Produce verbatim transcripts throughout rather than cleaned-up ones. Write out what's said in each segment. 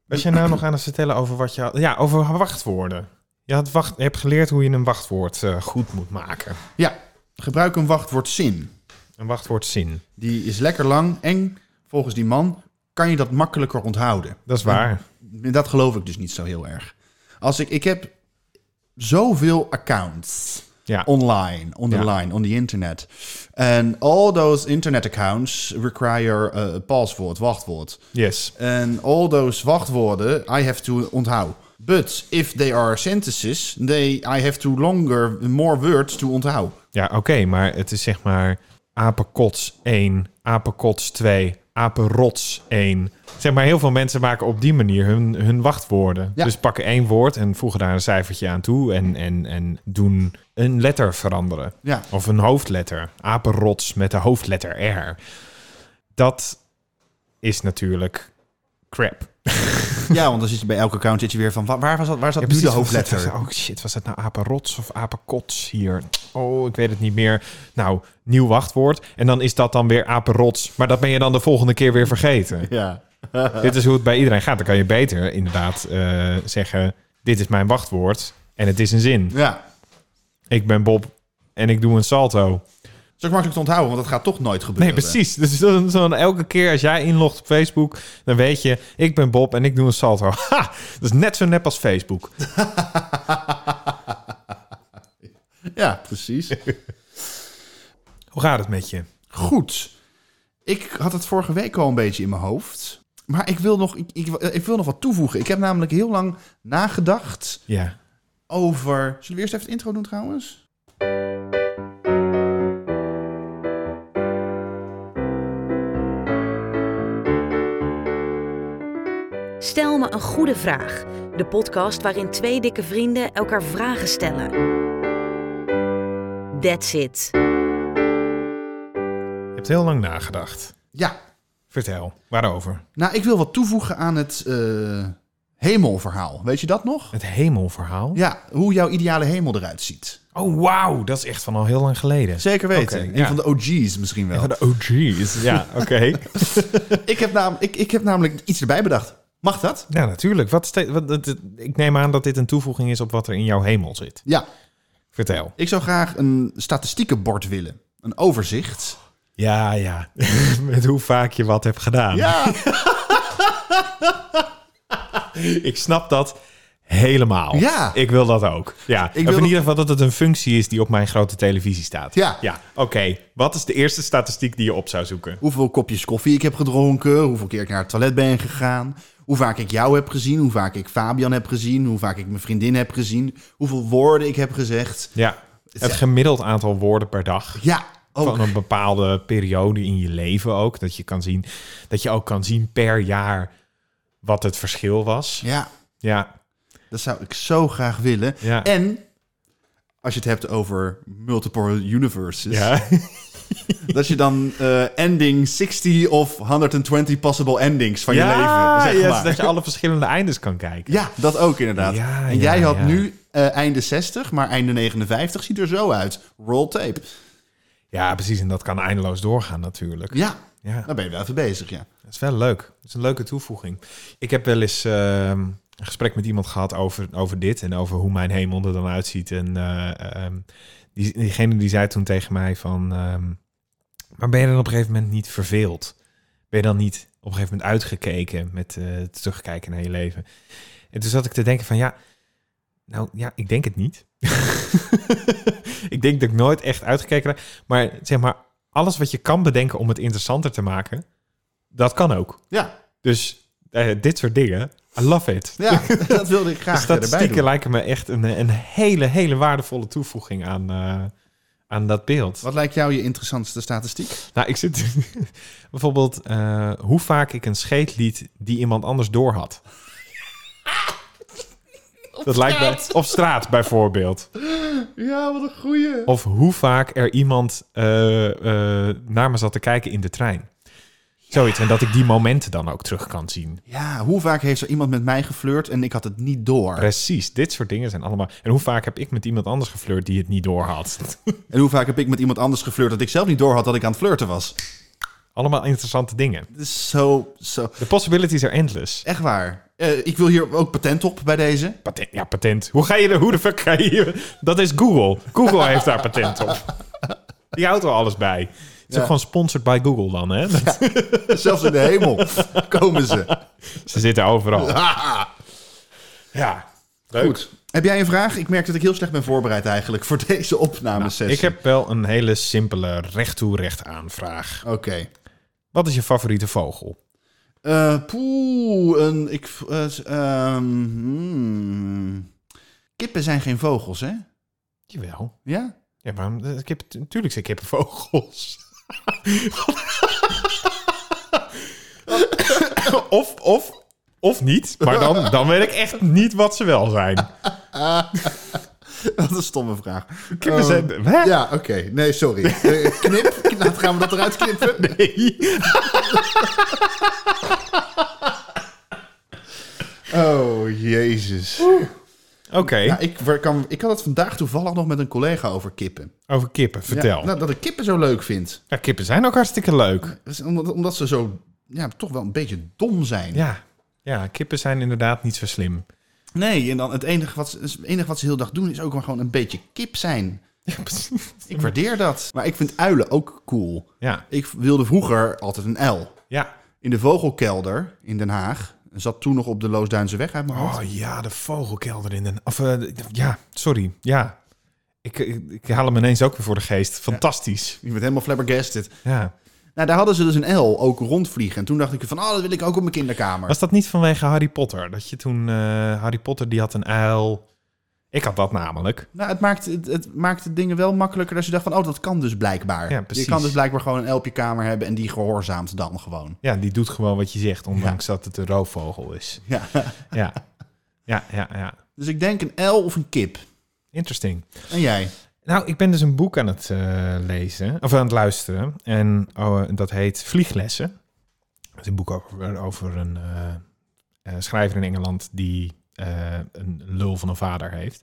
Was jij nou nog aan het vertellen over wat je had? Ja, over wachtwoorden. Je, had wacht, je hebt geleerd hoe je een wachtwoord uh, goed moet maken. Ja, gebruik een wachtwoordzin. Een wachtwoordzin. Die is lekker lang en volgens die man kan je dat makkelijker onthouden. Dat is waar. En dat geloof ik dus niet zo heel erg. Als ik, ik heb zoveel accounts ja. online, on the ja. line, on the internet. And all those internet accounts require a password, wachtwoord. Yes. And all those wachtwoorden I have to onthouden. But if they are sentences, they I have to longer, more words to onthouden. Ja, oké, okay, maar het is zeg maar apenkots één, apenkots twee, apenrots één. Zeg maar, heel veel mensen maken op die manier hun, hun wachtwoorden. Ja. Dus pakken één woord en voegen daar een cijfertje aan toe en, en, en doen een letter veranderen. Ja. Of een hoofdletter. Apenrots met de hoofdletter R. Dat is natuurlijk crap. Ja, want dan zit je bij elke account zit je weer van... waar was dat, waar zat ja, nu de hoofdletter? Het, oh shit, was dat nou apenrots of apenkots hier? Oh, ik weet het niet meer. Nou, nieuw wachtwoord. En dan is dat dan weer apenrots. Maar dat ben je dan de volgende keer weer vergeten. Ja. Dit is hoe het bij iedereen gaat. Dan kan je beter inderdaad uh, zeggen... dit is mijn wachtwoord en het is een zin. Ja. Ik ben Bob en ik doe een salto. Het is ook makkelijk te onthouden, want dat gaat toch nooit gebeuren. Nee, precies. Dus dan, dan elke keer als jij inlogt op Facebook... dan weet je, ik ben Bob en ik doe een salto. Ha! Dat is net zo nep als Facebook. Ja, precies. Hoe gaat het met je? Goed. Ik had het vorige week al een beetje in mijn hoofd. Maar ik wil nog, ik, ik, ik wil nog wat toevoegen. Ik heb namelijk heel lang nagedacht... Ja. over... Zullen we eerst even het intro doen trouwens? Stel me een goede vraag. De podcast waarin twee dikke vrienden elkaar vragen stellen. That's it. Je hebt heel lang nagedacht. Ja. Vertel, waarover? Nou, ik wil wat toevoegen aan het uh, hemelverhaal. Weet je dat nog? Het hemelverhaal? Ja, hoe jouw ideale hemel eruit ziet. Oh, wauw. Dat is echt van al heel lang geleden. Zeker weten. Okay, een ja. van de O G's misschien wel. Een van de O G's, ja, oké. Okay. ik, heb nam, ik, ik heb namelijk iets erbij bedacht. Mag dat? Ja, natuurlijk. Wat ste- wat, wat, ik neem aan dat dit een toevoeging is op wat er in jouw hemel zit. Ja. Vertel. Ik zou graag een statistiekenbord willen. Een overzicht. Ja, ja. Met hoe vaak je wat hebt gedaan. Ja. Ik snap dat helemaal. Ja. Ik wil dat ook. Ja. Ik of wil in ieder geval dat het een functie is die op mijn grote televisie staat. Ja. Ja. Oké. Okay. Wat is de eerste statistiek die je op zou zoeken? Hoeveel kopjes koffie ik heb gedronken. Hoeveel keer ik naar het toilet ben gegaan. Hoe vaak ik jou heb gezien. Hoe vaak ik Fabian heb gezien. Hoe vaak ik mijn vriendin heb gezien. Hoeveel woorden ik heb gezegd. Ja. Het gemiddeld aantal woorden per dag. Ja. Ook. Van een bepaalde periode in je leven ook. Dat je kan zien. Dat je ook kan zien per jaar wat het verschil was. Ja. Ja. Dat zou ik zo graag willen. Ja. En als je het hebt over multiple universes. Ja. Dat je dan uh, ending zestig of honderdtwintig possible endings van ja, je leven. Zeg maar. Yes, dat je alle verschillende eindes kan kijken. Ja, dat ook inderdaad. Ja, en ja, jij had ja. nu uh, einde zestig, maar einde negenenvijftig ziet er zo uit. Roll tape. Ja, precies. En dat kan eindeloos doorgaan natuurlijk. Ja, ja. Dan ben je wel even bezig, ja. Dat is wel leuk. Dat is een leuke toevoeging. Ik heb wel eens uh, een gesprek met iemand gehad over, over dit en over hoe mijn hemel er dan uitziet. En uh, um, die, diegene die zei toen tegen mij van... Um, maar ben je dan op een gegeven moment niet verveeld? Ben je dan niet op een gegeven moment uitgekeken met uh, terugkijken naar je leven? En toen zat ik te denken van ja... Nou ja, ik denk het niet. Ik denk dat ik nooit echt uitgekeken heb. Maar zeg maar, alles wat je kan bedenken om het interessanter te maken... dat kan ook. Ja. Dus uh, dit soort dingen, I love it. Ja, dat wilde ik graag de statistieken erbij doen. lijken me echt een, een hele, hele waardevolle toevoeging aan, uh, aan dat beeld. Wat lijkt jou je interessantste statistiek? Nou, ik zit bijvoorbeeld uh, hoe vaak ik een scheet liet die iemand anders door had. Dat lijkt me op straat bijvoorbeeld. Ja, wat een goeie. Of hoe vaak er iemand uh, uh, naar me zat te kijken in de trein. Zoiets. En dat ik die momenten dan ook terug kan zien. Ja, hoe vaak heeft er iemand met mij geflirt en ik had het niet door? Precies, dit soort dingen zijn allemaal... En hoe vaak heb ik met iemand anders geflirt die het niet door had? En hoe vaak heb ik met iemand anders geflirt dat ik zelf niet door had dat ik aan het flirten was? Allemaal interessante dingen. Het is zo, zo... The possibilities are endless. Echt waar. Uh, ik wil hier ook patent op bij deze. Patent, ja, patent. Hoe ga je er, hoe de fuck ga je hier? Dat is Google. Google heeft daar patent op. Die houdt er alles bij. Het is Ja. ook gewoon sponsored by Google dan, hè? Dat, Ja, zelfs in de hemel komen ze. ze zitten overal. Ja, leuk. Goed. Heb jij een vraag? Ik merk dat ik heel slecht ben voorbereid eigenlijk voor deze opnamesessie. Nou, ik heb wel een hele simpele recht toe recht aan vraag. Oké. Okay. Wat is je favoriete vogel? Uh, poeh, een... Ik, uh, um, hmm. Kippen zijn geen vogels, hè? Jawel. Ja? Ja, maar kip, natuurlijk zijn kippen vogels. of, of, of niet. Maar dan, dan weet ik echt niet wat ze wel zijn. Dat is een stomme vraag. Kippen zijn... Um, Hè? ja, oké. Okay. Nee, sorry. Uh, knip. Nou, gaan we dat eruit knippen? Nee. Oh, jezus. Oké. Okay. Ja, ik, kan, ik had het vandaag toevallig nog met een collega over kippen. Over kippen, vertel. Ja, nou, dat ik kippen zo leuk vind. Ja, kippen zijn ook hartstikke leuk. Omdat, omdat ze zo, ja, toch wel een beetje dom zijn. Ja. ja, kippen zijn inderdaad niet zo slim. Nee, en dan het enige wat, ze, het enige wat ze heel dag doen is ook maar gewoon een beetje kip zijn. Ja, precies. Ik waardeer dat. Maar ik vind uilen ook cool. Ja. Ik wilde vroeger altijd een uil. Ja. In de vogelkelder in Den Haag. Zat toen nog op de Loosduinse weg uit mijn hoofd. Oh ja, de vogelkelder in Den... Of, uh, ja, sorry. Ja. Ik, ik, ik haal hem ineens ook weer voor de geest. Fantastisch. Ja, je bent helemaal flabbergasted. Ja. Nou, daar hadden ze dus een uil ook rondvliegen. En toen dacht ik van, oh, dat wil ik ook op mijn kinderkamer. Was dat niet vanwege Harry Potter? Dat je toen... Uh, Harry Potter, die had een uil... Ik had dat namelijk. Nou, het maakt, het, het maakt dingen wel makkelijker als je dacht van, oh, dat kan dus blijkbaar. Ja, precies. Je kan dus blijkbaar gewoon een uil op je kamer hebben en die gehoorzaamt dan gewoon. Ja, die doet gewoon wat je zegt, ondanks ja. dat het een roofvogel is. Ja. ja. Ja, ja, ja. Dus ik denk een uil of een kip. Interesting. En jij? Nou, ik ben dus een boek aan het uh, lezen, of aan het luisteren. En oh, dat heet Vlieglessen. Dat is een boek over, over een uh, uh, schrijver in Engeland die uh, een lul van een vader heeft.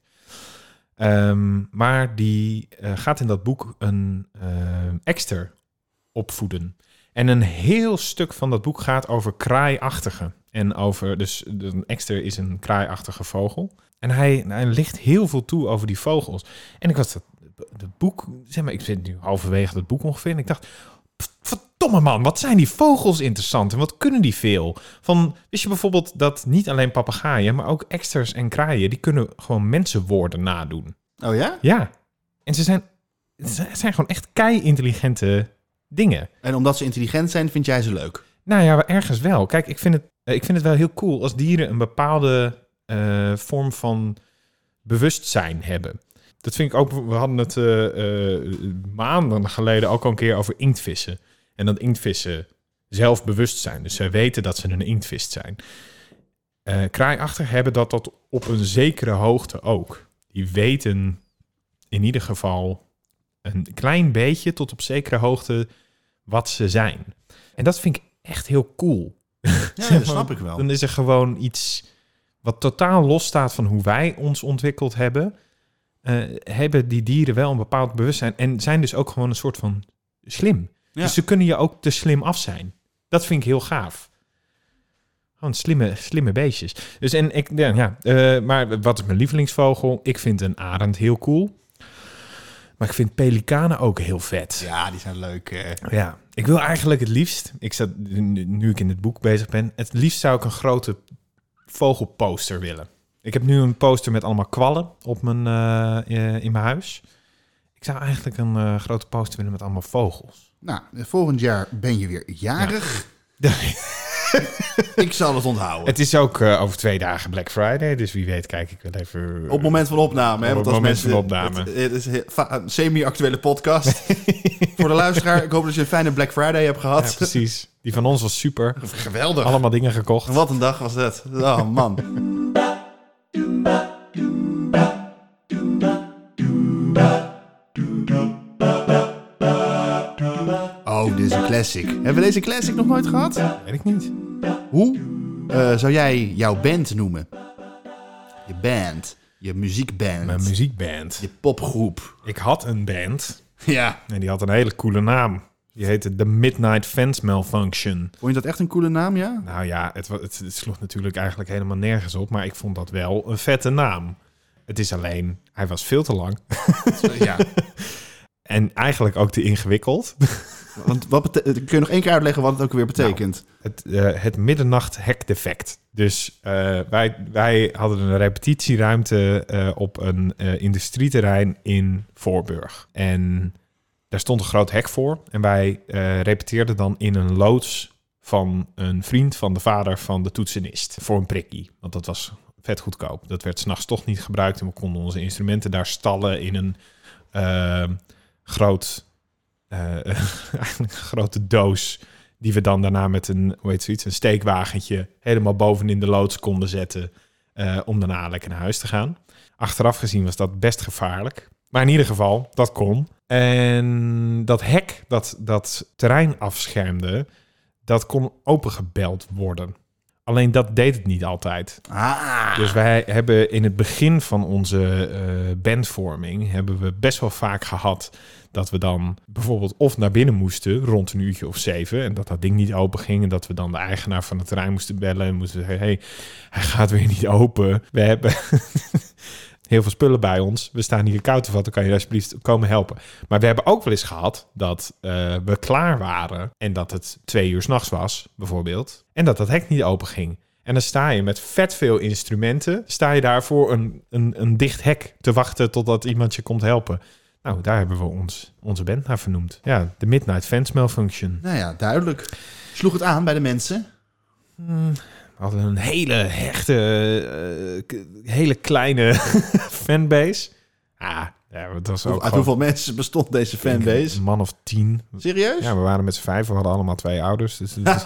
Um, maar die uh, gaat in dat boek een uh, ekster opvoeden. En een heel stuk van dat boek gaat over kraaiachtigen. En over, dus een ekster is een kraaiachtige vogel. En hij, hij ligt heel veel toe over die vogels. En ik was dat, dat boek, zeg maar, ik zit nu halverwege dat boek ongeveer. En ik dacht, verdomme man, wat zijn die vogels interessant en wat kunnen die veel? Van, wist je bijvoorbeeld dat niet alleen papegaaien, maar ook eksters en kraaien, die kunnen gewoon mensenwoorden nadoen. Oh ja? Ja. En ze zijn, ze zijn gewoon echt kei-intelligente dingen. En omdat ze intelligent zijn, vind jij ze leuk? Nou ja, ergens wel. Kijk, ik vind het, ik vind het wel heel cool als dieren een bepaalde uh, vorm van bewustzijn hebben. Dat vind ik ook, we hadden het uh, uh, maanden geleden ook al een keer over inktvissen. En dat inktvissen zelf bewust zijn. Dus zij weten dat ze een inktvis zijn. Uh, kraaiachtigen hebben dat, dat op een zekere hoogte ook. Die weten in ieder geval een klein beetje tot op zekere hoogte wat ze zijn. En dat vind ik echt heel cool. Ja, dat snap ik wel. Dan is er gewoon iets wat totaal los staat van hoe wij ons ontwikkeld hebben. Uh, hebben die dieren wel een bepaald bewustzijn en zijn dus ook gewoon een soort van slim. Ja. Dus ze kunnen je ook te slim af zijn. Dat vind ik heel gaaf. Gewoon slimme, slimme beestjes. Dus en ik, ja, ja uh, maar wat is mijn lievelingsvogel? Ik vind een arend heel cool. Maar ik vind pelikanen ook heel vet. Ja, die zijn leuk. Eh. Ja, ik wil eigenlijk het liefst, ik zat, nu ik in het boek bezig ben, het liefst zou ik een grote vogelposter willen. Ik heb nu een poster met allemaal kwallen op mijn, uh, in mijn huis. Ik zou eigenlijk een uh, grote poster willen met allemaal vogels. Nou, volgend jaar ben je weer jarig. Ja. Ik zal het onthouden. Het is ook uh, over twee dagen Black Friday, dus wie weet kijk ik wel even... Uh, op het moment van opname. Hè, op want het als moment mensen, van opname. Het, het is een semi-actuele podcast. Voor de luisteraar, ik hoop dat je een fijne Black Friday hebt gehad. Ja, precies. Die van ons was super. Geweldig. Allemaal dingen gekocht. Wat een dag was dat. Oh man. Oh, dit is een classic. Hebben we deze classic nog nooit gehad? Weet ik niet. Hoe uh, zou jij jouw band noemen? Je band. Je muziekband. Mijn muziekband. Je popgroep. Ik had een band. Ja. En die had een hele coole naam. Die heette The Midnight Fence Malfunction. Vond je dat echt een coole naam, ja? Nou ja, het, het, het sloeg natuurlijk eigenlijk helemaal nergens op. Maar ik vond dat wel een vette naam. Het is alleen, hij was veel te lang. Ja. En eigenlijk ook te ingewikkeld. Want wat bete- kun je nog één keer uitleggen wat het ook weer betekent? Nou, het, uh, het middernacht-hekdefect. Dus uh, wij, wij hadden een repetitieruimte uh, op een uh, industrieterrein in Voorburg. En daar stond een groot hek voor. En wij uh, repeteerden dan in een loods van een vriend van de vader van de toetsenist. Voor een prikkie. Want dat was vet goedkoop. Dat werd 's nachts toch niet gebruikt. En we konden onze instrumenten daar stallen in een uh, groot... Uh, een grote doos die we dan daarna met een, hoe heet zoiets, een steekwagentje helemaal bovenin de loods konden zetten uh, om daarna lekker naar huis te gaan. Achteraf gezien was dat best gevaarlijk. Maar in ieder geval, dat kon. En dat hek dat dat terrein afschermde, dat kon opengebeld worden. Alleen dat deed het niet altijd. Ah. Dus wij hebben in het begin van onze uh, bandvorming hebben we best wel vaak gehad dat we dan bijvoorbeeld of naar binnen moesten rond een uurtje of zeven en dat dat ding niet open ging en dat we dan de eigenaar van het terrein moesten bellen en moesten zeggen, hey, hij gaat weer niet open. We hebben heel veel spullen bij ons. We staan hier koud te vatten, kan je alsjeblieft komen helpen. Maar we hebben ook wel eens gehad dat uh, we klaar waren en dat het twee uur 's nachts was, bijvoorbeeld, en dat dat hek niet open ging. En dan sta je met vet veel instrumenten, sta je daar voor een, een, een dicht hek te wachten totdat iemand je komt helpen. Nou, daar hebben we ons, onze band naar vernoemd. Ja, de Midnight Fence Malfunction. Nou ja, duidelijk. Sloeg het aan bij de mensen? Hmm, we hadden een hele hechte, uh, k- hele kleine fanbase. Ah, ja, dat was ook Uit gewoon, hoeveel mensen bestond deze fanbase? een man of tien. Serieus? Ja, we waren met z'n vijf. We hadden allemaal twee ouders. Dus, dus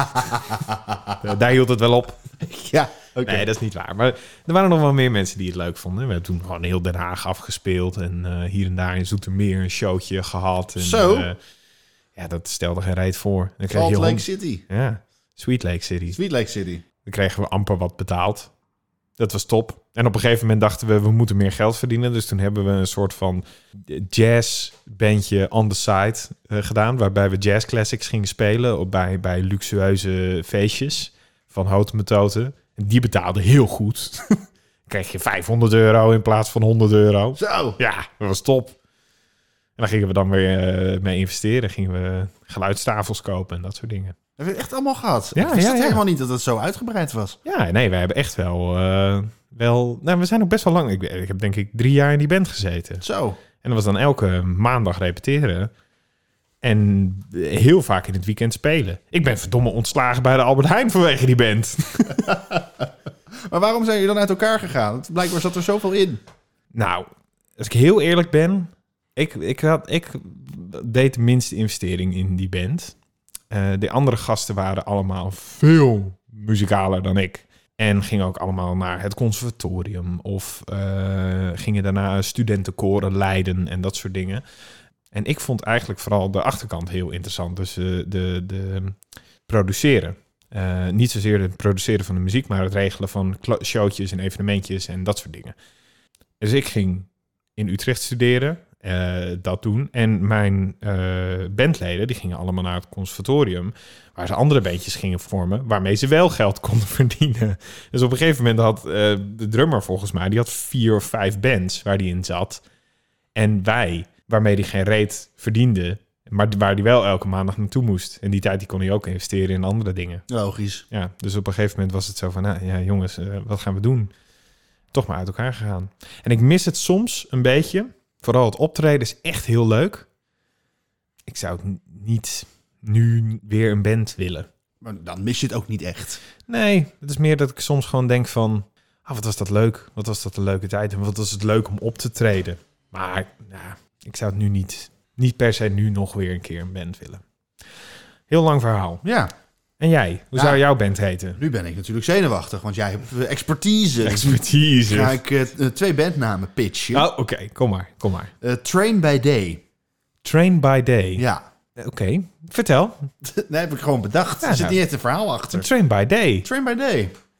daar hield het wel op. Ja, oké. Okay. Nee, dat is niet waar. Maar er waren nog wel meer mensen die het leuk vonden. We hebben toen gewoon heel Den Haag afgespeeld. En uh, hier en daar in Zoetermeer een showtje gehad. En, Zo? Uh, ja, dat stelde geen reet voor. Dan kreeg Salt je Lake hond... City. Ja, Sweet Lake City. Sweet Lake City. Dan kregen we amper wat betaald. Dat was top. En op een gegeven moment dachten we, we moeten meer geld verdienen. Dus toen hebben we een soort van jazzbandje on the side uh, gedaan. Waarbij we jazz classics gingen spelen op, bij, bij luxueuze feestjes van Houten Metoten. En die betaalden heel goed. Dan kreeg je vijfhonderd euro in plaats van honderd euro. Zo! Ja, dat was top. En dan gingen we dan weer uh, mee investeren. Gingen we geluidstafels kopen en dat soort dingen. Heb je het echt allemaal gehad? Ja, ik wist ja, het ja. helemaal niet dat het zo uitgebreid was. Ja, nee, wij hebben echt wel... Uh, wel nou, we zijn ook best wel lang... Ik, ik heb denk ik drie jaar in die band gezeten. Zo. En dat was dan elke maandag repeteren. En heel vaak in het weekend spelen. Ik ben verdomme ontslagen bij de Albert Heijn vanwege die band. Maar waarom zijn jullie dan uit elkaar gegaan? Blijkbaar zat er zoveel in. Nou, als ik heel eerlijk ben... Ik, ik, had, ik deed de minste investering in die band. Uh, de andere gasten waren allemaal veel muzikaler dan ik. En gingen ook allemaal naar het conservatorium. Of uh, gingen daarna studentenkoren leiden en dat soort dingen. En ik vond eigenlijk vooral de achterkant heel interessant. Dus uh, de, de produceren. Uh, niet zozeer het produceren van de muziek, maar het regelen van showtjes en evenementjes en dat soort dingen. Dus ik ging in Utrecht studeren. Uh, dat doen. En mijn uh, bandleden, die gingen allemaal naar het conservatorium, waar ze andere bandjes gingen vormen, waarmee ze wel geld konden verdienen. Dus op een gegeven moment had uh, de drummer volgens mij, die had vier of vijf bands waar die in zat. En wij, waarmee die geen reet verdiende, maar waar die wel elke maandag naartoe moest. En die tijd die kon hij ook investeren in andere dingen. Logisch. Ja, dus op een gegeven moment was het zo van, nou, ja jongens, uh, wat gaan we doen? Toch maar uit elkaar gegaan. En ik mis het soms een beetje. Vooral het optreden is echt heel leuk. Ik zou het niet nu weer een band willen. Maar dan mis je het ook niet echt. Nee, het is meer dat ik soms gewoon denk van... Ah, wat was dat leuk? Wat was dat een leuke tijd? En wat was het leuk om op te treden? Maar nou, ik zou het nu niet, niet per se nu nog weer een keer een band willen. Heel lang verhaal. Ja. En jij? Hoe Ja, zou jouw band heten? Nu ben ik natuurlijk zenuwachtig, want jij hebt uh, expertise. Expertise. Ga ik uh, twee bandnamen pitchen. Oh, oké. Okay. Kom maar. Kom maar. Uh, Train by Day. Train by Day. Ja. Oké. Okay. Vertel. Dat heb ik gewoon bedacht. Ja, er zit nou, niet echt een verhaal achter. Train by Day. Train by Day.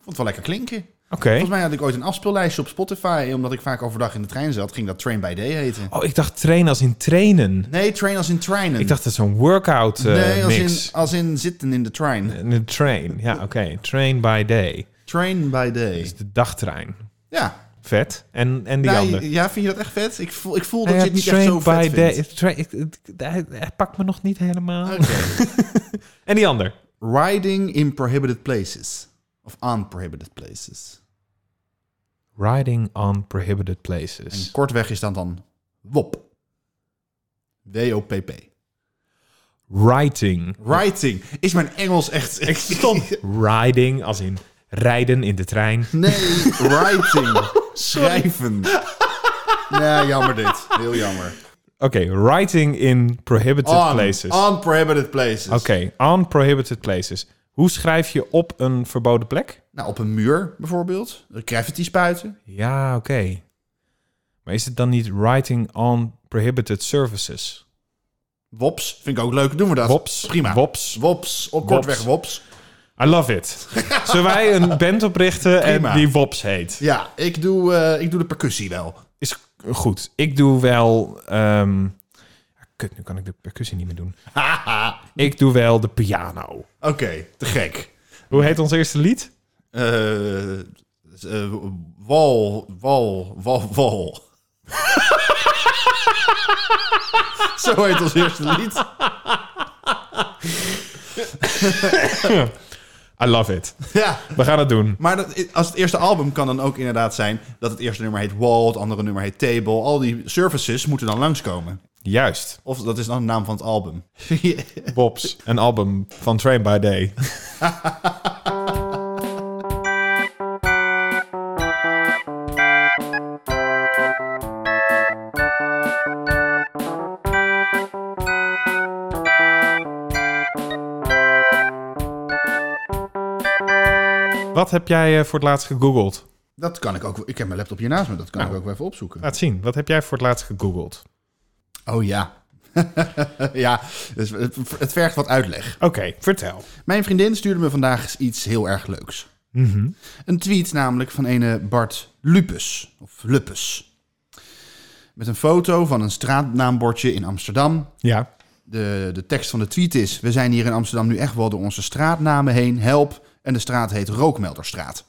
vond het wel lekker klinken. Oké. Okay. Volgens mij had ik ooit een afspeellijstje op Spotify. Omdat ik vaak overdag in de trein zat, ging dat Train by Day heten. Oh, ik dacht train als in trainen. Nee, train als in treinen. Ik dacht dat zo'n workout uh, nee, als mix. in, als in zitten in de trein. In de train, ja, oké. Okay. Train by day. Train by day. Dat is de dagtrein. Ja. Vet. En, en die nee, andere. Ja, vind je dat echt vet? Ik voel, ik voel dat ja, je het niet echt zo vet day. vindt. Train, ik, hij, hij pakt me nog niet helemaal. Oké. Okay. En die ander? Riding in prohibited places. Of on prohibited places. Riding on prohibited places. En kortweg is dat dan W O P. W O P P. Writing. Writing. Is mijn Engels echt... echt stom? Riding, als in rijden in de trein. Nee, writing. Schrijven. Nee, jammer dit. Heel jammer. Oké, okay, writing in prohibited on, places. On prohibited places. Oké, okay, on prohibited places. Hoe schrijf je op een verboden plek? Nou, op een muur bijvoorbeeld. Graffiti spuiten. Ja, oké. Okay. Maar is het dan niet writing on prohibited services? W O Ps, vind ik ook leuk. Doen we dat. W O Ps. Prima. W O Ps. W O Ps. Op kortweg W O Ps. I love it. Zullen wij een band oprichten Prima. en die W O Ps heet? Ja, ik doe, uh, ik doe de percussie wel. Is goed. Ik doe wel... Um... Kut, nu kan ik de percussie niet meer doen. Ik doe wel de piano. Oké, okay, te gek. Hoe heet ons eerste lied? Uh, uh, wal, wal, wal, wal. Zo heet ons eerste lied. I love it. Ja. We gaan het doen. Maar dat, als het eerste album kan dan ook inderdaad zijn... dat het eerste nummer heet Wall, het andere nummer heet Table. Al die services moeten dan langskomen. Juist. Of dat is dan de naam van het album. W O Ps, een album van Train by Day. Wat heb jij uh, voor het laatst gegoogeld? Dat kan ik ook. Ik heb mijn laptop hier naast me. Dat kan nou, ik ook wel even opzoeken. Laat zien. Wat heb jij voor het laatst gegoogeld? Oh ja. ja, dus het, het vergt wat uitleg. Oké, okay, vertel. Mijn vriendin stuurde me vandaag iets heel erg leuks. Mm-hmm. Een tweet namelijk van ene Bart Lupus. Of Luppes. Met een foto van een straatnaambordje in Amsterdam. Ja. De, de tekst van de tweet is... We zijn hier in Amsterdam nu echt wel door onze straatnamen heen. Help. En de straat heet Rookmelderstraat.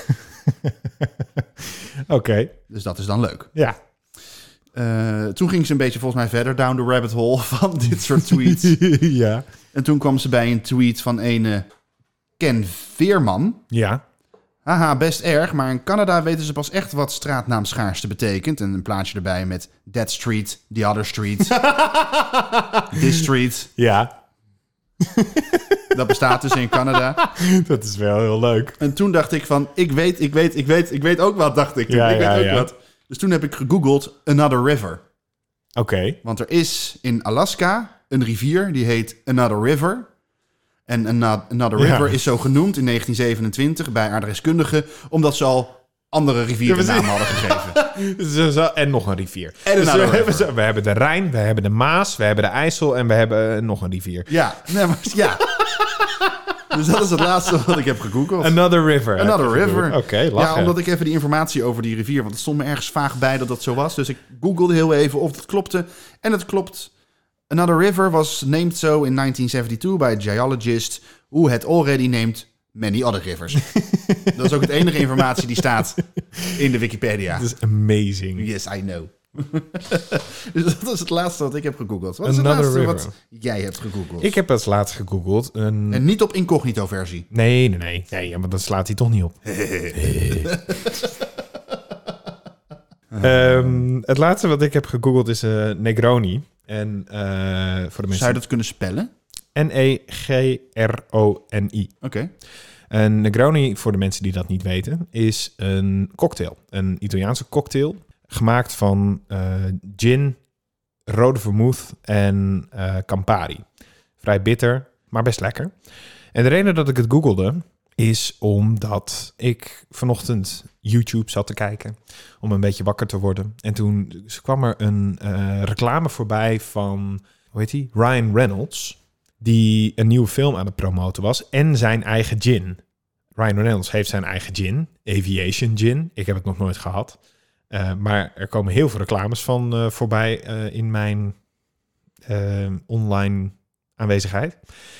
Oké. Okay. Dus dat is dan leuk. Ja. Uh, toen ging ze een beetje volgens mij verder down the rabbit hole van dit soort tweets. Ja. En toen kwam ze bij een tweet van een Ken Veerman. Ja. Haha, best erg, maar in Canada weten ze pas echt wat straatnaamschaarste betekent. En een plaatje erbij met that street, the other street, this street. Ja. Dat bestaat dus in Canada. Dat is wel heel leuk. En toen dacht ik van, ik weet, ik weet, ik weet, ik weet ook wat, dacht ik. Ja, ik ja, weet ook ja. wat. Dus toen heb ik gegoogeld Another River. Oké. Okay. Want er is in Alaska een rivier, die heet Another River. En Another River ja. is zo genoemd in negentien zevenentwintig bij aardrijkskundigen, omdat ze al andere rivieren ja, naam hadden gegeven. En nog een rivier. En dus we, hebben, we hebben de Rijn, we hebben de Maas, we hebben de IJssel en we hebben nog een rivier. Ja, nee, maar, ja. Dus dat is het laatste wat ik heb gegoogeld. Another River. Another River. Oké, okay, lachen. Ja, omdat ik even die informatie over die rivier, want het stond me ergens vaag bij dat dat zo was. Dus ik googelde heel even of het klopte. En het klopt. Another River was named so in negentien zevenentwintig by a geologist who had already named many other rivers. Dat is ook het enige informatie die staat in de Wikipedia. Dat is amazing. Yes, I know. Dus dat is het laatste wat ik heb gegoogeld. Wat is Another het laatste river. wat jij hebt gegoogeld? Ik heb als laatst gegoogeld. Een... En niet op incognito versie. Nee, nee, nee. nee ja, maar dan slaat hij toch niet op. um, het laatste wat ik heb gegoogeld is uh, Negroni. En uh, voor de mensen... Zou je dat kunnen spellen? N E G R O N I. Oké. Okay. Een Negroni, voor de mensen die dat niet weten, is een cocktail. Een Italiaanse cocktail. Gemaakt van uh, gin, rode vermouth en uh, Campari. Vrij bitter, maar best lekker. En de reden dat ik het googelde is omdat ik vanochtend YouTube zat te kijken om een beetje wakker te worden. En toen kwam er een uh, reclame voorbij van, hoe heet die? Ryan Reynolds, die een nieuwe film aan het promoten was en zijn eigen gin. Ryan Reynolds heeft zijn eigen gin, Aviation Gin. Ik heb het nog nooit gehad. Uh, maar er komen heel veel reclames van uh, voorbij uh, in mijn uh, online aanwezigheid.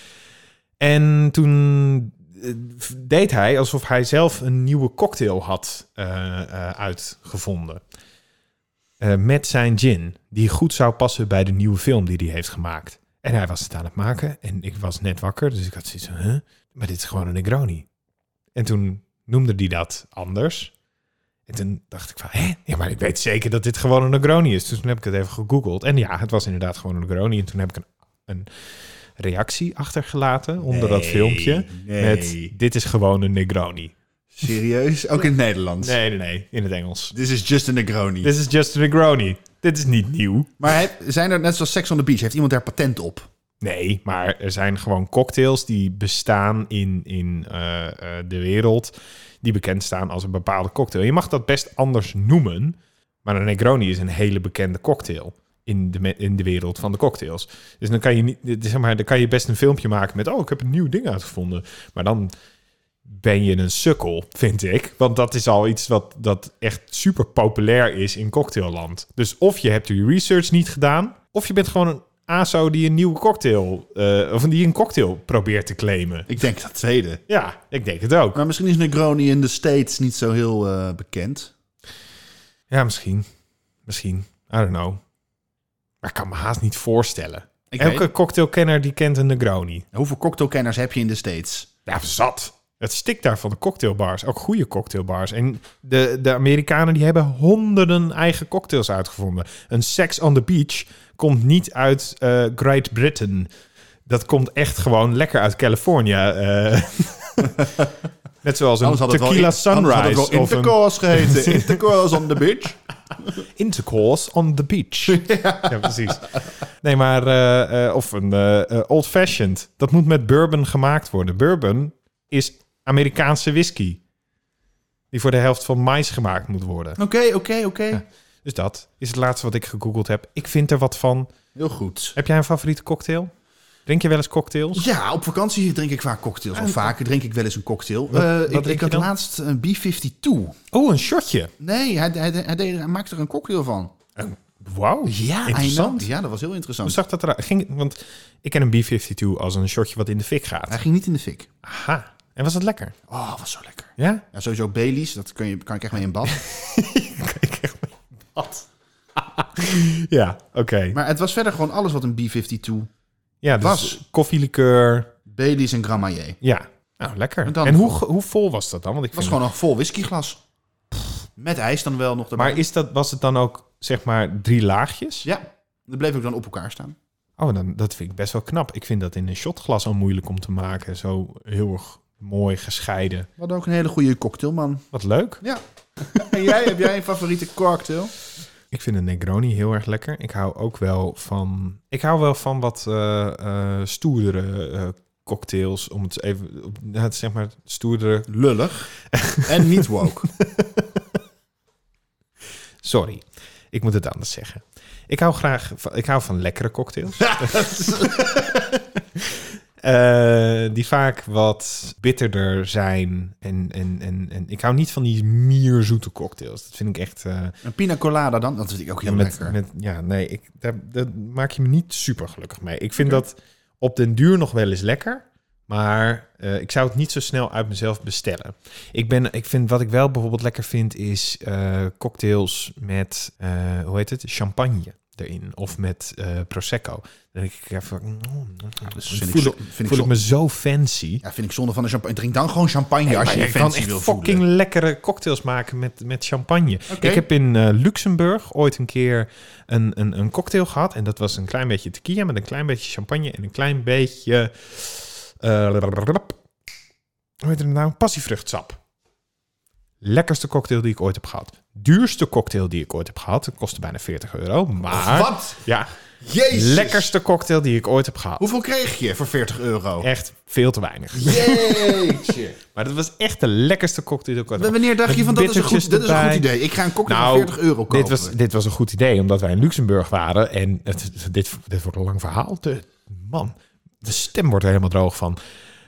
En toen uh, deed hij alsof hij zelf een nieuwe cocktail had uh, uh, uitgevonden. Uh, met zijn gin, die goed zou passen bij de nieuwe film die hij heeft gemaakt. En hij was het aan het maken en ik was net wakker, dus ik had zoiets van, huh? Maar dit is gewoon een Negroni. En toen noemde hij dat anders. En toen dacht ik van, hè? Ja, maar ik weet zeker dat dit gewoon een Negroni is. Dus toen heb ik het even gegoogeld. En ja, het was inderdaad gewoon een Negroni. En toen heb ik een, een reactie achtergelaten onder nee, dat filmpje. Nee. Met, dit is gewoon een Negroni. Serieus? Ook in het Nederlands? Nee, nee, nee. In het Engels. This is just a Negroni. This is just a Negroni. Dit is niet nieuw. Maar he, zijn er, net zoals Sex on the Beach, heeft iemand daar patent op? Nee, maar er zijn gewoon cocktails die bestaan in, in uh, uh, de wereld, die bekend staan als een bepaalde cocktail. Je mag dat best anders noemen, maar een Negroni is een hele bekende cocktail in de, in de wereld van de cocktails. Dus dan kan je niet, zeg maar, dan kan je best een filmpje maken met, oh, ik heb een nieuw ding uitgevonden. Maar dan ben je een sukkel, vind ik. Want dat is al iets wat dat echt super populair is in cocktailland. Dus of je hebt je research niet gedaan, of je bent gewoon een A S O die een nieuwe cocktail, uh, of die een cocktail probeert te claimen. Ik denk dat tweede. Ja, ik denk het ook. Maar misschien is Negroni in de States niet zo heel uh, bekend. Ja, misschien. Misschien. I don't know. Maar ik kan me haast niet voorstellen. Ik Elke weet... cocktailkenner die kent een Negroni. Hoeveel cocktailkenners heb je in de States? Ja, zat. Het stikt daar van de cocktailbars. Ook goede cocktailbars. En de, de Amerikanen die hebben honderden eigen cocktails uitgevonden. Een Sex on the Beach komt niet uit uh, Great Britain. Dat komt echt gewoon lekker uit California. Uh, net zoals een Tequila in, Sunrise. Of Intercourse een... geheten. Intercourse on the Beach. Intercourse on the Beach. Ja, ja precies. Nee, maar... Uh, uh, of een uh, uh, Old Fashioned. Dat moet met bourbon gemaakt worden. Bourbon is Amerikaanse whisky. Die voor de helft van mais gemaakt moet worden. Oké, okay, oké, okay, oké. Okay. Ja, dus dat is het laatste wat ik gegoogeld heb. Ik vind er wat van. Heel goed. Heb jij een favoriete cocktail? Drink je wel eens cocktails? Ja, op vakantie drink ik vaak cocktails. Of vaker drink ik wel eens een cocktail. Wat, uh, wat ik ik had laatst een B vijfentwintig. Oh, een shotje. Nee, hij, hij, hij, hij, hij maakte er een cocktail van. Uh, Wauw, ja, interessant. Ja, dat was heel interessant. Hoe zag dat eruit? Ging, want ik ken een B vijfentwintig als een shotje wat in de fik gaat. Hij ging niet in de fik. Aha. En was het lekker? Oh, was zo lekker. Ja? Ja, sowieso Baileys. Dat kan, je, kan ik echt mee in bad. kan ik echt mee in bad. Ja, oké. Okay. Maar het was verder gewoon alles wat een B vijfentwintig ja, dus was. Koffielikeur. Baileys en Grand Marnier. Ja, nou lekker. En, en hoe, hoe vol was dat dan? Want ik het was vind gewoon een vol whiskyglas. Met ijs dan wel nog erbij. Maar is dat, was het dan ook, zeg maar, drie laagjes? Ja, dat bleef ook dan op elkaar staan. Oh, dan, dat vind ik best wel knap. Ik vind dat in een shotglas al moeilijk om te maken. Zo heel erg mooi gescheiden. We hadden ook een hele goede cocktail, man. Wat leuk. Ja. En jij, heb jij een favoriete cocktail? Ik vind een Negroni heel erg lekker. Ik hou ook wel van... Ik hou wel van wat uh, uh, stoerdere uh, cocktails. Om het even... Uh, zeg maar stoerdere... Lullig. En niet woke. Sorry. Ik moet het anders zeggen. Ik hou graag... Van, ik hou van lekkere cocktails. Uh, die vaak wat bitterder zijn. En, en, en, en ik hou niet van die mierzoete cocktails. Dat vind ik echt... Uh, een pina colada dan? Dat vind ik ook heel ja, met, lekker. Met, ja, nee, ik, daar, daar maak je me niet super gelukkig mee. Ik vind okay. dat op den duur nog wel eens lekker. Maar uh, ik zou het niet zo snel uit mezelf bestellen. Ik, ben, ik vind wat ik wel bijvoorbeeld lekker vind is uh, cocktails met, uh, hoe heet het? Champagne erin. Of met uh, Prosecco. Dan denk ik even... Mm, ja, dus voel vind ik, zo, vind voel ik, ik me zo fancy. Ja, vind ik zonde van de champagne. Drink dan gewoon champagne hey, als je je fancy wil voelen. Je kan echt fucking lekkere cocktails maken met, met champagne. Okay. Ik heb in uh, Luxemburg ooit een keer een, een, een cocktail gehad. En dat was een klein beetje tequila met een klein beetje champagne en een klein beetje... Uh, hoe heet het nou? Passievruchtsap. Lekkerste cocktail die ik ooit heb gehad. Duurste cocktail die ik ooit heb gehad. Dat kostte bijna veertig euro. Maar... Wat? Ja. Jezus. Lekkerste cocktail die ik ooit heb gehad. Hoeveel kreeg je voor veertig euro? Echt veel te weinig. Jeetje. Maar dat was echt de lekkerste cocktail die ik ooit heb gehad. Wanneer dacht je van dat is, een goed, dat is een goed idee? Ik ga een cocktail nou, voor veertig euro kopen. Dit was, dit was een goed idee, omdat wij in Luxemburg waren. En het, dit, dit wordt een lang verhaal. De, man, de stem wordt er helemaal droog van.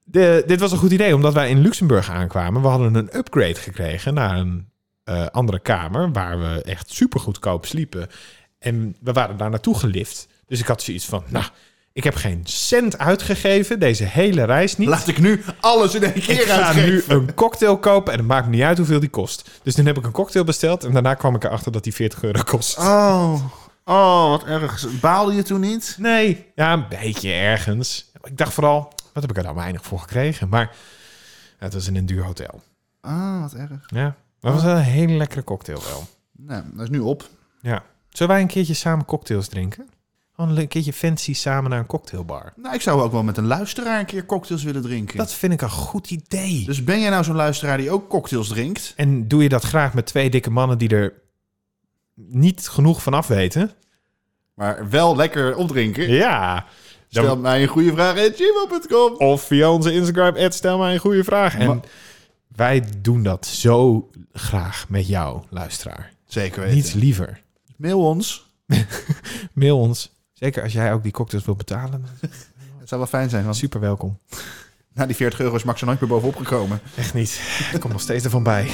De, dit was een goed idee, omdat wij in Luxemburg aankwamen. We hadden een upgrade gekregen naar een uh, andere kamer... waar we echt super goedkoop sliepen. En we waren daar naartoe gelift. Dus ik had zoiets van... nou, ik heb geen cent uitgegeven, deze hele reis niet. Laat ik nu alles in één keer Ik ga uitgeven. nu een cocktail kopen en het maakt me niet uit hoeveel die kost. Dus toen heb ik een cocktail besteld... en daarna kwam ik erachter dat die veertig euro kost. Oh, oh, wat erg. Baalde je toen niet? Nee, ja, een beetje ergens. Ik dacht vooral... wat heb ik er nou weinig voor gekregen? Maar het was in een duur hotel. Ah, wat erg. Ja, maar het was een hele lekkere cocktail wel. Nou, dat is nu op. Ja. Zullen wij een keertje samen cocktails drinken? Gewoon een keertje fancy samen naar een cocktailbar. Nou, ik zou ook wel met een luisteraar een keer cocktails willen drinken. Dat vind ik een goed idee. Dus ben jij nou zo'n luisteraar die ook cocktails drinkt? En doe je dat graag met twee dikke mannen die er niet genoeg van af weten? Maar wel lekker opdrinken? Ja. Stel Dan, mij een goede vraag at gmail punt com. of via onze Instagram, at stel mij een goede vraag. En Maar- wij doen dat zo graag met jou, luisteraar. Zeker weten. Niets liever. Mail ons. Mail ons. Zeker als jij ook die cocktails wilt betalen. Het zou wel fijn zijn, want Super welkom. na die veertig euro is Max er nooit meer bovenop gekomen. Echt niet. Ik kom nog steeds ervan bij.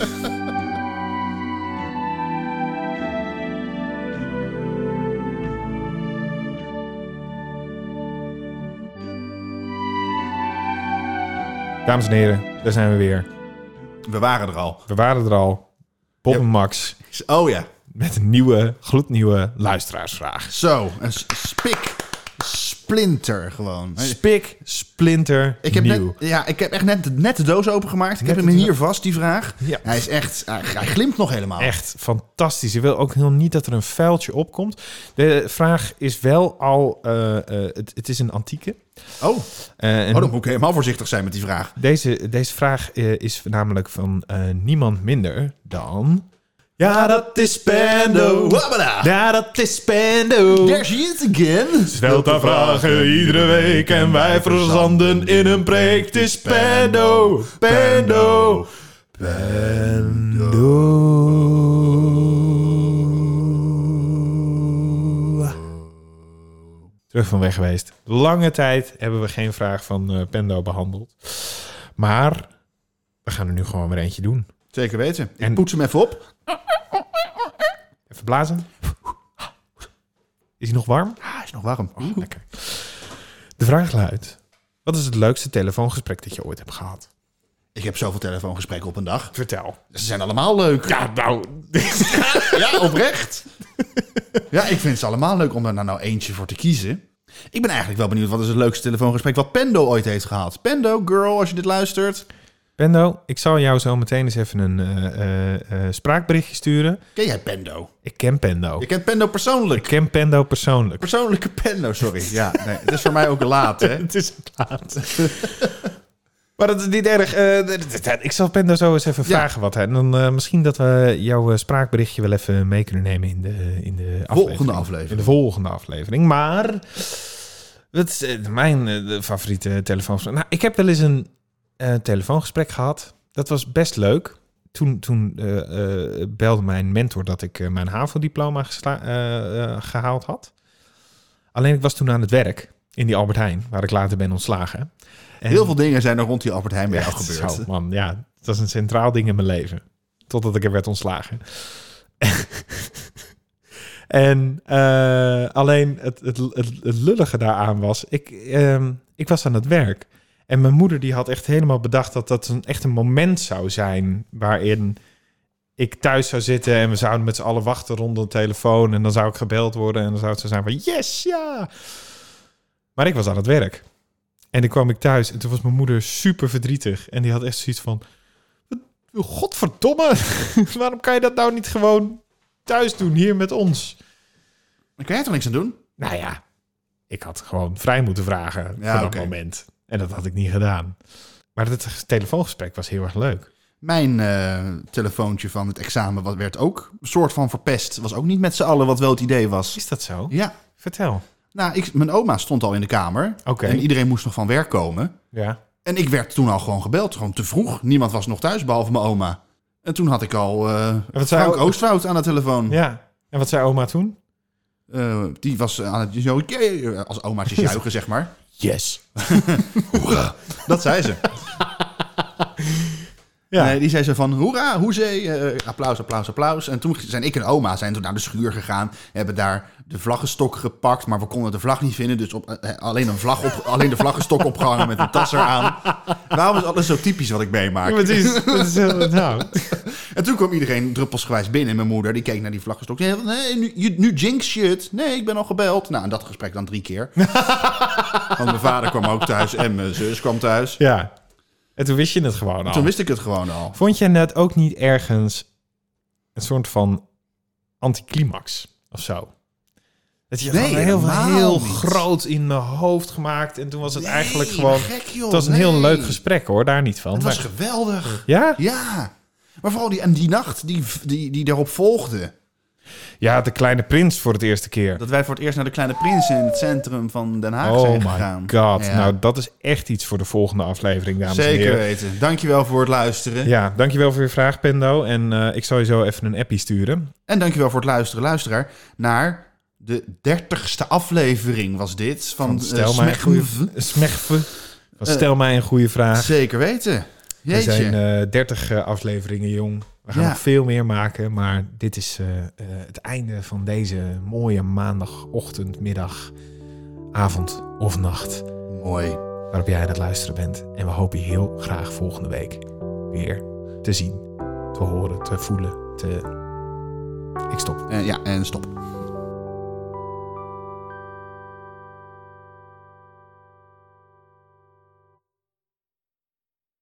Dames en heren, daar zijn we weer. We waren er al. We waren er al. Bob Ja. en Max Oh ja. met een nieuwe, gloednieuwe luisteraarsvraag. Zo, een s- spik. Splinter gewoon. Spik, splinter, Ik heb, nieuw. net, ja, ik heb echt net, net de doos opengemaakt. Ik Net heb hem de hier vast, die vraag. Ja. Hij is echt... Hij, hij glimt nog helemaal. Echt fantastisch. Je wil ook heel niet dat er een vuiltje opkomt. De vraag is wel al... uh, uh, het, het is een antieke. Oh. Uh, en oh, dan moet ik helemaal voorzichtig zijn met die vraag. deze, deze vraag uh, is namelijk van uh, niemand minder dan... Ja, dat is Pendo. Wabbada. Ja, dat is Pendo. There she is again. Stelt daar vragen iedere week en wij verzanden in een preek. Het is Pendo, Pendo, Pendo. Terug van weg geweest. Lange tijd hebben we geen vraag van uh, Pendo behandeld. Maar we gaan er nu gewoon weer eentje doen. Zeker weten. Ik En- poets hem even op. Even blazen. Is hij nog warm? Ah, hij is nog warm. Oh, lekker. De vraag luidt: wat is het leukste telefoongesprek dat je ooit hebt gehad? Ik heb zoveel telefoongesprekken op een dag. Vertel. Ze zijn allemaal leuk. Ja, nou. Ja, oprecht. Ja, ik vind ze allemaal leuk om er nou, nou eentje voor te kiezen. Ik ben eigenlijk wel benieuwd wat is het leukste telefoongesprek wat Pendo ooit heeft gehad. Pendo, girl, als je dit luistert. Pendo, ik zal jou zo meteen eens even een uh, uh, uh, spraakberichtje sturen. Ken jij Pendo? Ik ken Pendo. Je kent Pendo Ik persoonlijk. ken Pendo persoonlijk. Persoonlijke Pendo, sorry. Ja, nee, het is voor mij ook laat, hè? Het is laat. Maar dat is niet erg. Uh, ik zal Pendo zo eens even Ja. vragen wat. Hè. En dan uh, misschien dat we jouw uh, spraakberichtje wel even mee kunnen nemen in de, in de Volgende aflevering. aflevering. In de volgende aflevering. Maar dat is uh, mijn uh, favoriete telefoongesprek. Nou, ik heb wel eens een uh, telefoongesprek gehad. Dat was best leuk. Toen, toen uh, uh, belde mijn mentor dat ik uh, mijn HAVO-diploma gesla- uh, uh, gehaald had. Alleen ik was toen aan het werk in die Albert Heijn, waar ik later ben ontslagen. En Heel veel dingen zijn er rond die Albert Heijn bij jou echt gebeurd. zo, man, ja, het was een centraal ding in mijn leven. Totdat ik er werd ontslagen. en uh, alleen het, het, het, het lullige daaraan was, ik, uh, ik was aan het werk. En mijn moeder die had echt helemaal bedacht dat dat een, echt een moment zou zijn waarin ik thuis zou zitten en we zouden met z'n allen wachten rond de telefoon en dan zou ik gebeld worden en dan zou het zo zijn van yes, ja. Maar ik was aan het werk. En dan kwam ik thuis en toen was mijn moeder super verdrietig. En die had echt zoiets van, godverdomme, waarom kan je dat nou niet gewoon thuis doen hier met ons? Dan kan jij toch niks aan doen? Nou ja, ik had gewoon vrij moeten vragen Ja, voor dat oké. moment. En dat had ik niet gedaan. Maar het telefoongesprek was heel erg leuk. Mijn uh, telefoontje van het examen wat werd ook een soort van verpest. Was ook niet met z'n allen wat wel het idee was. Is dat zo? Ja. Vertel. Nou, ik, mijn oma stond al in de kamer. Oké. En iedereen moest nog van werk komen. Ja. En ik werd toen al gewoon gebeld. Gewoon te vroeg. Niemand was nog thuis, behalve mijn oma. En toen had ik al uh, wat zei Frank o- Oostwoud aan de telefoon. Ja. En wat zei oma toen? Uh, die was aan het zo, yeah, als omaatjes juichen, zeg maar. Yes. Hoera. Dat zei ze. Ja. Nee, die zei zo van, hoera, hoezee, uh, applaus, applaus, applaus. En toen zijn ik en oma zijn toen naar de schuur gegaan. Hebben daar de vlaggenstok gepakt, maar we konden de vlag niet vinden. Dus op, uh, alleen, een vlag op, alleen de vlaggenstok opgehangen met een tas eraan. Waarom is alles zo typisch wat ik meemaak? Ja, het is, het is heel, nou. En toen kwam iedereen druppelsgewijs binnen. En mijn moeder, die keek naar die vlaggenstok. Die zei, nee, nu, nu jinx shit. Nee, ik ben al gebeld. Nou, en dat gesprek dan drie keer. Want mijn vader kwam ook thuis en mijn zus kwam thuis. Ja. En toen wist je het gewoon al. Toen wist ik het gewoon al. Vond je net ook niet ergens een soort van anticlimax of zo? Dat je nee, heel, heel niet. groot in mijn hoofd gemaakt. En toen was het nee, eigenlijk gewoon... Gek, joh, het was een nee. heel leuk gesprek, hoor. Daar niet van. Het maar... was geweldig. Ja? Ja. Maar vooral die, en die nacht die, die, die daarop volgde. Ja, de Kleine Prins voor het eerste keer. Dat wij voor het eerst naar de Kleine Prins in het centrum van Den Haag oh zijn my gegaan. god. Ja. Nou, dat is echt iets voor de volgende aflevering, dames Zeker en heren. weten. Dankjewel voor het luisteren. Ja, dankjewel voor je vraag, Pendo. En uh, ik zal je zo even een appie sturen. En dankjewel voor het luisteren, luisteraar, naar de dertigste aflevering was dit. Van, Van Stel uh, mij een goede Smegve. Van Stel uh, mij een goede vraag. Zeker weten. Jeetje. Er zijn uh, dertig uh, afleveringen, jong. We gaan ja. nog veel meer maken, maar dit is uh, uh, het einde van deze mooie maandagochtend, middag, avond of nacht. Mooi. Waarop jij aan het luisteren bent. En we hopen je heel graag volgende week weer te zien, te horen, te voelen, te... Ik stop. Uh, ja, en stop.